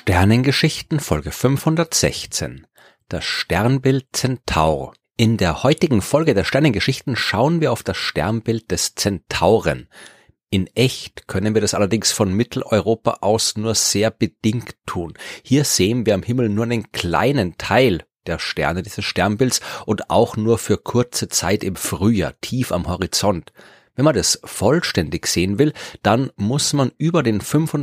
Sternengeschichten Folge 516. Das Sternbild Zentaur. In der heutigen Folge der Sternengeschichten schauen wir auf das Sternbild des Zentauren. In echt können wir das allerdings von Mitteleuropa aus nur sehr bedingt tun. Hier sehen wir am Himmel nur einen kleinen Teil der Sterne dieses Sternbilds und auch nur für kurze Zeit im Frühjahr, tief am Horizont. Wenn man das vollständig sehen will, dann muss man über den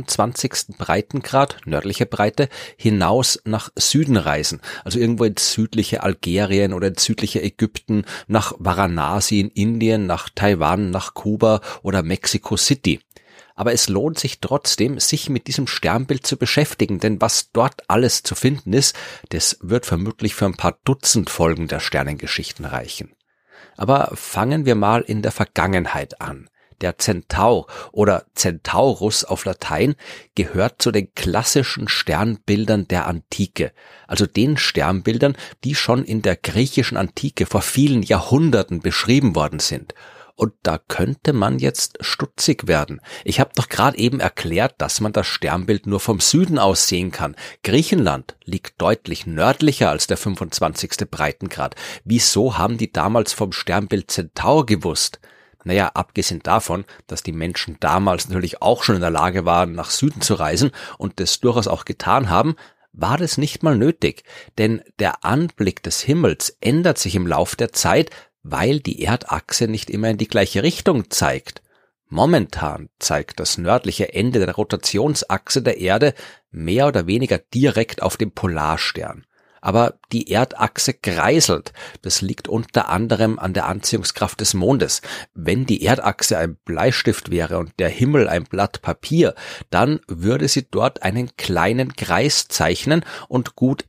25. Breitengrad, nördliche Breite, hinaus nach Süden reisen. Also irgendwo ins südliche Algerien oder ins südliche Ägypten, nach Varanasi in Indien, nach Taiwan, nach Kuba oder Mexico City. Aber es lohnt sich trotzdem, sich mit diesem Sternbild zu beschäftigen, denn was dort alles zu finden ist, das wird vermutlich für ein paar Dutzend Folgen der Sternengeschichten reichen. Aber fangen wir mal in der Vergangenheit an. Der Zentaur oder Centaurus auf Latein gehört zu den klassischen Sternbildern der Antike, also den Sternbildern, die schon in der griechischen Antike vor vielen Jahrhunderten beschrieben worden sind. Und da könnte man jetzt stutzig werden. Ich habe doch gerade eben erklärt, dass man das Sternbild nur vom Süden aus sehen kann. Griechenland liegt deutlich nördlicher als der 25. Breitengrad. Wieso haben die damals vom Sternbild Zentaur gewusst? Naja, abgesehen davon, dass die Menschen damals natürlich auch schon in der Lage waren, nach Süden zu reisen und das durchaus auch getan haben, war das nicht mal nötig. Denn der Anblick des Himmels ändert sich im Lauf der Zeit, weil die Erdachse nicht immer in die gleiche Richtung zeigt. Momentan zeigt das nördliche Ende der Rotationsachse der Erde mehr oder weniger direkt auf den Polarstern. Aber die Erdachse kreiselt. Das liegt unter anderem an der Anziehungskraft des Mondes. Wenn die Erdachse ein Bleistift wäre und der Himmel ein Blatt Papier, dann würde sie dort einen kleinen Kreis zeichnen und gut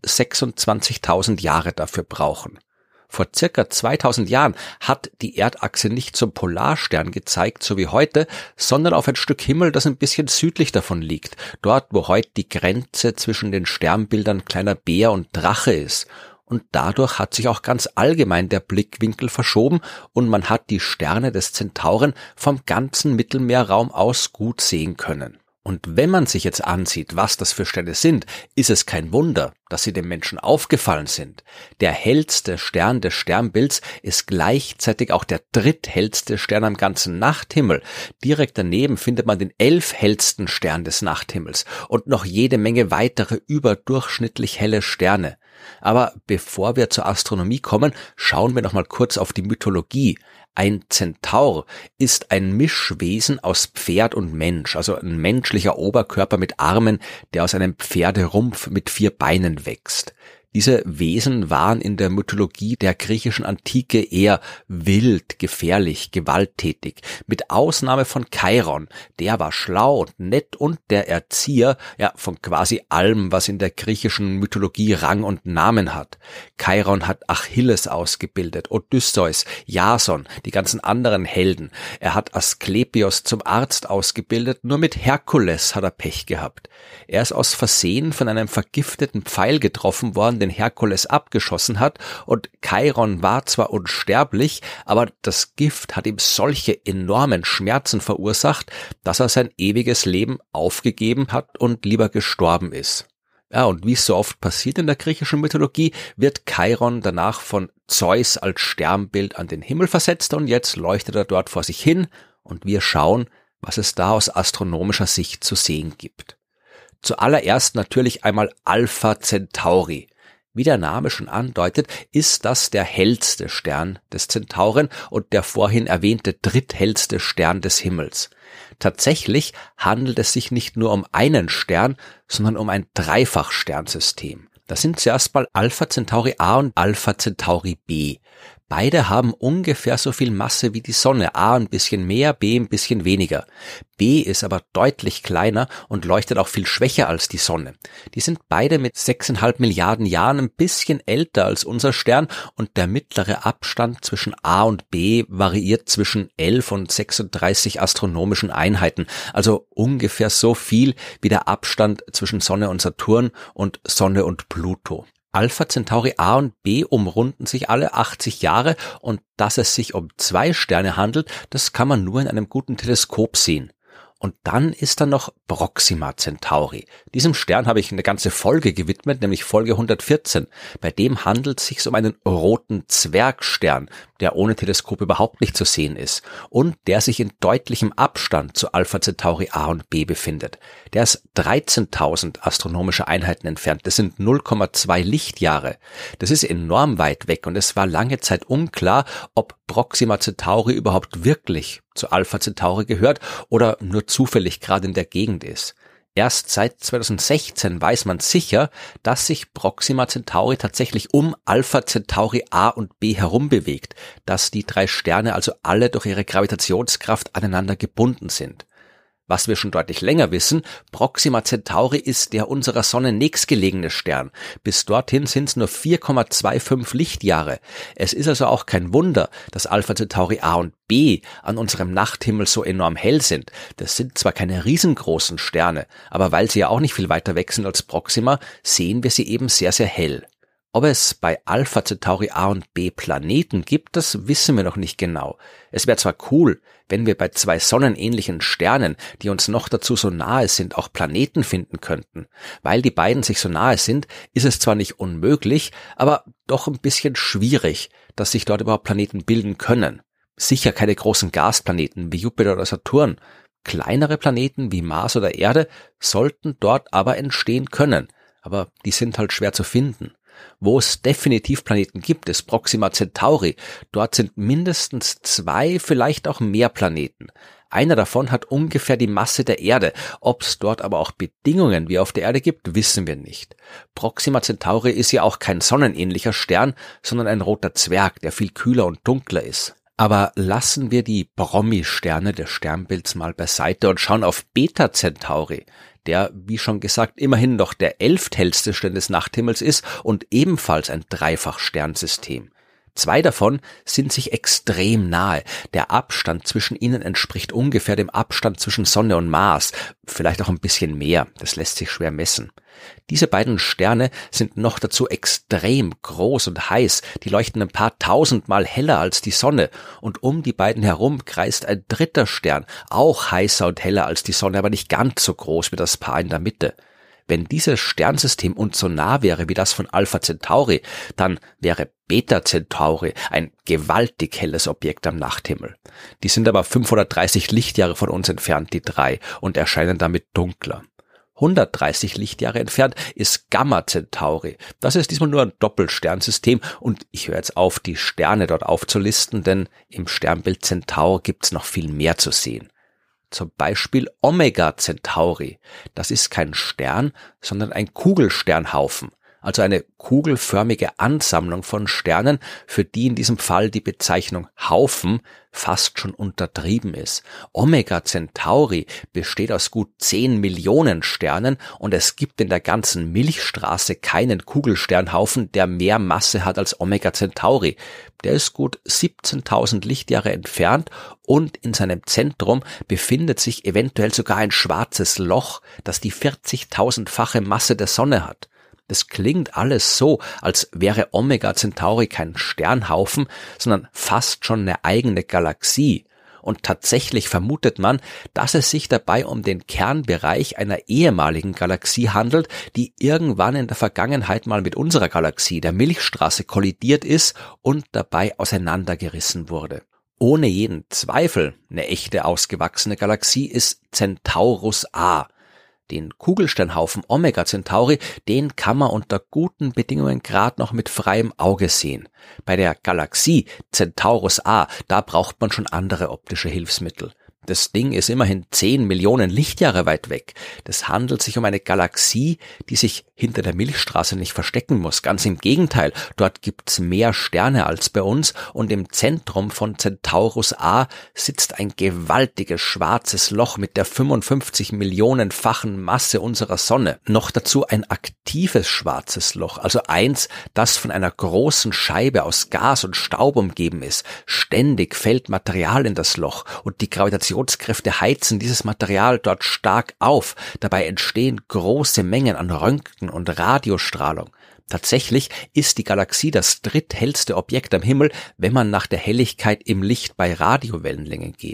26.000 Jahre dafür brauchen. Vor circa 2000 Jahren hat die Erdachse nicht zum Polarstern gezeigt, so wie heute, sondern auf ein Stück Himmel, das ein bisschen südlich davon liegt, dort, wo heute die Grenze zwischen den Sternbildern Kleiner Bär und Drache ist. Und dadurch hat sich auch ganz allgemein der Blickwinkel verschoben und man hat die Sterne des Zentauren vom ganzen Mittelmeerraum aus gut sehen können. Und wenn man sich jetzt ansieht, was das für Sterne sind, ist es kein Wunder, dass sie dem Menschen aufgefallen sind. Der hellste Stern des Sternbilds ist gleichzeitig auch der dritthellste Stern am ganzen Nachthimmel. Direkt daneben findet man den 11 hellsten Stern des Nachthimmels und noch jede Menge weitere überdurchschnittlich helle Sterne. Aber bevor wir zur Astronomie kommen, schauen wir noch mal kurz auf die Mythologie. Ein Zentaur ist ein Mischwesen aus Pferd und Mensch, also ein menschlicher Oberkörper mit Armen, der aus einem Pferderumpf mit 4 Beinen wächst. Diese Wesen waren in der Mythologie der griechischen Antike eher wild, gefährlich, gewalttätig. Mit Ausnahme von Chiron, der war schlau und nett und der Erzieher, von quasi allem, was in der griechischen Mythologie Rang und Namen hat. Chiron hat Achilles ausgebildet, Odysseus, Jason, die ganzen anderen Helden. Er hat Asklepios zum Arzt ausgebildet, nur mit Herkules hat er Pech gehabt. Er ist aus Versehen von einem vergifteten Pfeil getroffen worden, den Herkules abgeschossen hat, und Chiron war zwar unsterblich, aber das Gift hat ihm solche enormen Schmerzen verursacht, dass er sein ewiges Leben aufgegeben hat und lieber gestorben ist. Ja, und wie es so oft passiert in der griechischen Mythologie, wird Chiron danach von Zeus als Sternbild an den Himmel versetzt und jetzt leuchtet er dort vor sich hin und wir schauen, was es da aus astronomischer Sicht zu sehen gibt. Zuallererst natürlich einmal Alpha Centauri. Wie der Name schon andeutet, ist das der hellste Stern des Zentauren und der vorhin erwähnte dritthellste Stern des Himmels. Tatsächlich handelt es sich nicht nur um einen Stern, sondern um ein Dreifachsternsystem. Das sind zuerst mal Alpha Centauri A und Alpha Centauri B. Beide haben ungefähr so viel Masse wie die Sonne, A ein bisschen mehr, B ein bisschen weniger. B ist aber deutlich kleiner und leuchtet auch viel schwächer als die Sonne. Die sind beide mit 6,5 Milliarden Jahren ein bisschen älter als unser Stern und der mittlere Abstand zwischen A und B variiert zwischen 11 und 36 astronomischen Einheiten, also ungefähr so viel wie der Abstand zwischen Sonne und Saturn und Sonne und Pluto. Alpha Centauri A und B umrunden sich alle 80 Jahre und dass es sich um 2 Sterne handelt, das kann man nur in einem guten Teleskop sehen. Und dann ist da noch Proxima Centauri. Diesem Stern habe ich eine ganze Folge gewidmet, nämlich Folge 114. Bei dem handelt es sich um einen roten Zwergstern, der ohne Teleskop überhaupt nicht zu sehen ist und der sich in deutlichem Abstand zu Alpha Centauri A und B befindet. Der ist 13.000 astronomische Einheiten entfernt. Das sind 0,2 Lichtjahre. Das ist enorm weit weg und es war lange Zeit unklar, ob Proxima Centauri überhaupt wirklich zu Alpha Centauri gehört oder nur zufällig gerade in der Gegend ist. Erst seit 2016 weiß man sicher, dass sich Proxima Centauri tatsächlich um Alpha Centauri A und B herum bewegt, dass die 3 Sterne also alle durch ihre Gravitationskraft aneinander gebunden sind. Was wir schon deutlich länger wissen, Proxima Centauri ist der unserer Sonne nächstgelegene Stern. Bis dorthin sind es nur 4,25 Lichtjahre. Es ist also auch kein Wunder, dass Alpha Centauri A und B an unserem Nachthimmel so enorm hell sind. Das sind zwar keine riesengroßen Sterne, aber weil sie ja auch nicht viel weiter weg sind als Proxima, sehen wir sie eben sehr, sehr hell. Ob es bei Alpha Centauri A und B Planeten gibt, das wissen wir noch nicht genau. Es wäre zwar cool, wenn wir bei 2 sonnenähnlichen Sternen, die uns noch dazu so nahe sind, auch Planeten finden könnten. Weil die beiden sich so nahe sind, ist es zwar nicht unmöglich, aber doch ein bisschen schwierig, dass sich dort überhaupt Planeten bilden können. Sicher keine großen Gasplaneten wie Jupiter oder Saturn. Kleinere Planeten wie Mars oder Erde sollten dort aber entstehen können, aber die sind halt schwer zu finden. Wo es definitiv Planeten gibt, ist Proxima Centauri. Dort sind mindestens 2, vielleicht auch mehr Planeten. Einer davon hat ungefähr die Masse der Erde. Ob es dort aber auch Bedingungen wie auf der Erde gibt, wissen wir nicht. Proxima Centauri ist ja auch kein sonnenähnlicher Stern, sondern ein roter Zwerg, der viel kühler und dunkler ist. Aber lassen wir die Brommi-Sterne des Sternbilds mal beiseite und schauen auf Beta Centauri, der, wie schon gesagt, immerhin noch der 11. Stern des Nachthimmels ist und ebenfalls ein Dreifach-Sternsystem. 2 davon sind sich extrem nahe. Der Abstand zwischen ihnen entspricht ungefähr dem Abstand zwischen Sonne und Mars, vielleicht auch ein bisschen mehr, das lässt sich schwer messen. Diese beiden Sterne sind noch dazu extrem groß und heiß, die leuchten ein paar tausendmal heller als die Sonne und um die beiden herum kreist ein 3. Stern, auch heißer und heller als die Sonne, aber nicht ganz so groß wie das Paar in der Mitte. Wenn dieses Sternsystem uns so nah wäre wie das von Alpha Centauri, dann wäre Beta Centauri ein gewaltig helles Objekt am Nachthimmel. Die sind aber 530 Lichtjahre von uns entfernt, die 3, und erscheinen damit dunkler. 130 Lichtjahre entfernt ist Gamma Centauri. Das ist diesmal nur ein Doppelsternsystem und ich höre jetzt auf, die Sterne dort aufzulisten, denn im Sternbild Centaur gibt's noch viel mehr zu sehen. Zum Beispiel Omega Centauri. Das ist kein Stern, sondern ein Kugelsternhaufen. Also eine kugelförmige Ansammlung von Sternen, für die in diesem Fall die Bezeichnung Haufen fast schon untertrieben ist. Omega Centauri besteht aus gut 10 Millionen Sternen und es gibt in der ganzen Milchstraße keinen Kugelsternhaufen, der mehr Masse hat als Omega Centauri. Der ist gut 17.000 Lichtjahre entfernt und in seinem Zentrum befindet sich eventuell sogar ein schwarzes Loch, das die 40.000-fache Masse der Sonne hat. Das klingt alles so, als wäre Omega Centauri kein Sternhaufen, sondern fast schon eine eigene Galaxie. Und tatsächlich vermutet man, dass es sich dabei um den Kernbereich einer ehemaligen Galaxie handelt, die irgendwann in der Vergangenheit mal mit unserer Galaxie, der Milchstraße, kollidiert ist und dabei auseinandergerissen wurde. Ohne jeden Zweifel eine echte ausgewachsene Galaxie ist Centaurus A. Den Kugelsternhaufen Omega Centauri, den kann man unter guten Bedingungen gerade noch mit freiem Auge sehen. Bei der Galaxie Centaurus A, da braucht man schon andere optische Hilfsmittel. Das Ding ist immerhin 10 Millionen Lichtjahre weit weg. Das handelt sich um eine Galaxie, die sich hinter der Milchstraße nicht verstecken muss. Ganz im Gegenteil, dort gibt's mehr Sterne als bei uns und im Zentrum von Centaurus A sitzt ein gewaltiges schwarzes Loch mit der 55 Millionenfachen Masse unserer Sonne. Noch dazu ein aktives schwarzes Loch, also eins, das von einer großen Scheibe aus Gas und Staub umgeben ist. Ständig fällt Material in das Loch und die Gravitationskräfte heizen dieses Material dort stark auf. Dabei entstehen große Mengen an Röntgen- und Radiostrahlung. Tatsächlich ist die Galaxie das dritthellste Objekt am Himmel, wenn man nach der Helligkeit im Licht bei Radiowellenlängen geht.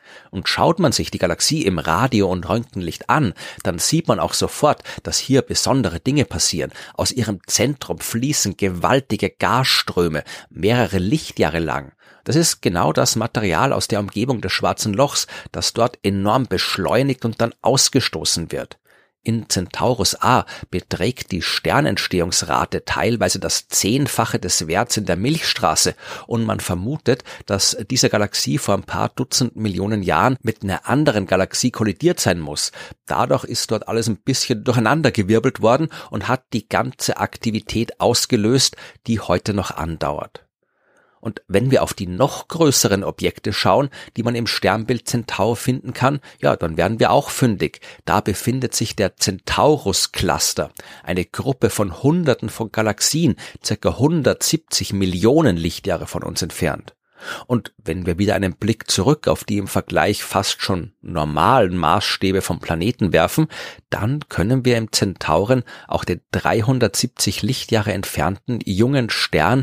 Und schaut man sich die Galaxie im Radio- und Röntgenlicht an, dann sieht man auch sofort, dass hier besondere Dinge passieren. Aus ihrem Zentrum fließen gewaltige Gasströme, mehrere Lichtjahre lang. Das ist genau das Material aus der Umgebung des Schwarzen Lochs, das dort enorm beschleunigt und dann ausgestoßen wird. In Centaurus A beträgt die Sternentstehungsrate teilweise das 10-fache des Werts in der Milchstraße und man vermutet, dass diese Galaxie vor ein paar Dutzend Millionen Jahren mit einer anderen Galaxie kollidiert sein muss. Dadurch ist dort alles ein bisschen durcheinandergewirbelt worden und hat die ganze Aktivität ausgelöst, die heute noch andauert. Und wenn wir auf die noch größeren Objekte schauen, die man im Sternbild Centaur finden kann, ja, dann werden wir auch fündig. Da befindet sich der Centaurus-Cluster, eine Gruppe von Hunderten von Galaxien, ca. 170 Millionen Lichtjahre von uns entfernt. Und wenn wir wieder einen Blick zurück auf die im Vergleich fast schon normalen Maßstäbe vom Planeten werfen, dann können wir im Zentauren auch den 370 Lichtjahre entfernten jungen Stern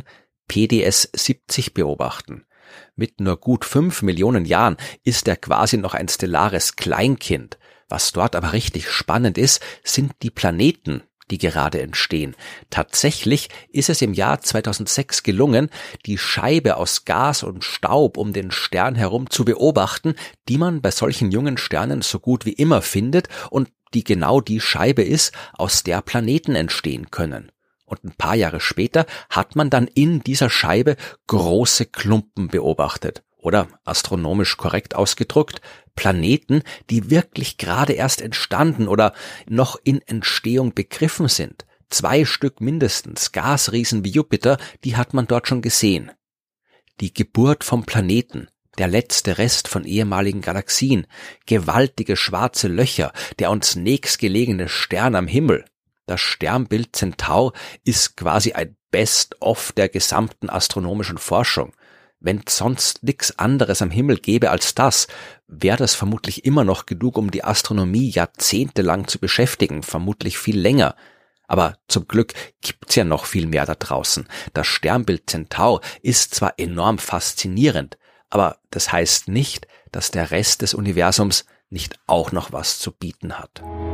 PDS 70 beobachten. Mit nur gut 5 Millionen Jahren ist er quasi noch ein stellares Kleinkind. Was dort aber richtig spannend ist, sind die Planeten, die gerade entstehen. Tatsächlich ist es im Jahr 2006 gelungen, die Scheibe aus Gas und Staub um den Stern herum zu beobachten, die man bei solchen jungen Sternen so gut wie immer findet und die genau die Scheibe ist, aus der Planeten entstehen können. Und ein paar Jahre später hat man dann in dieser Scheibe große Klumpen beobachtet. Oder astronomisch korrekt ausgedrückt, Planeten, die wirklich gerade erst entstanden oder noch in Entstehung begriffen sind. 2 Stück mindestens, Gasriesen wie Jupiter, die hat man dort schon gesehen. Die Geburt vom Planeten, der letzte Rest von ehemaligen Galaxien, gewaltige schwarze Löcher, der uns nächstgelegene Stern am Himmel. Das Sternbild Centaur ist quasi ein Best-of der gesamten astronomischen Forschung. Wenn es sonst nichts anderes am Himmel gäbe als das, wäre das vermutlich immer noch genug, um die Astronomie jahrzehntelang zu beschäftigen, vermutlich viel länger. Aber zum Glück gibt's ja noch viel mehr da draußen. Das Sternbild Centaur ist zwar enorm faszinierend, aber das heißt nicht, dass der Rest des Universums nicht auch noch was zu bieten hat.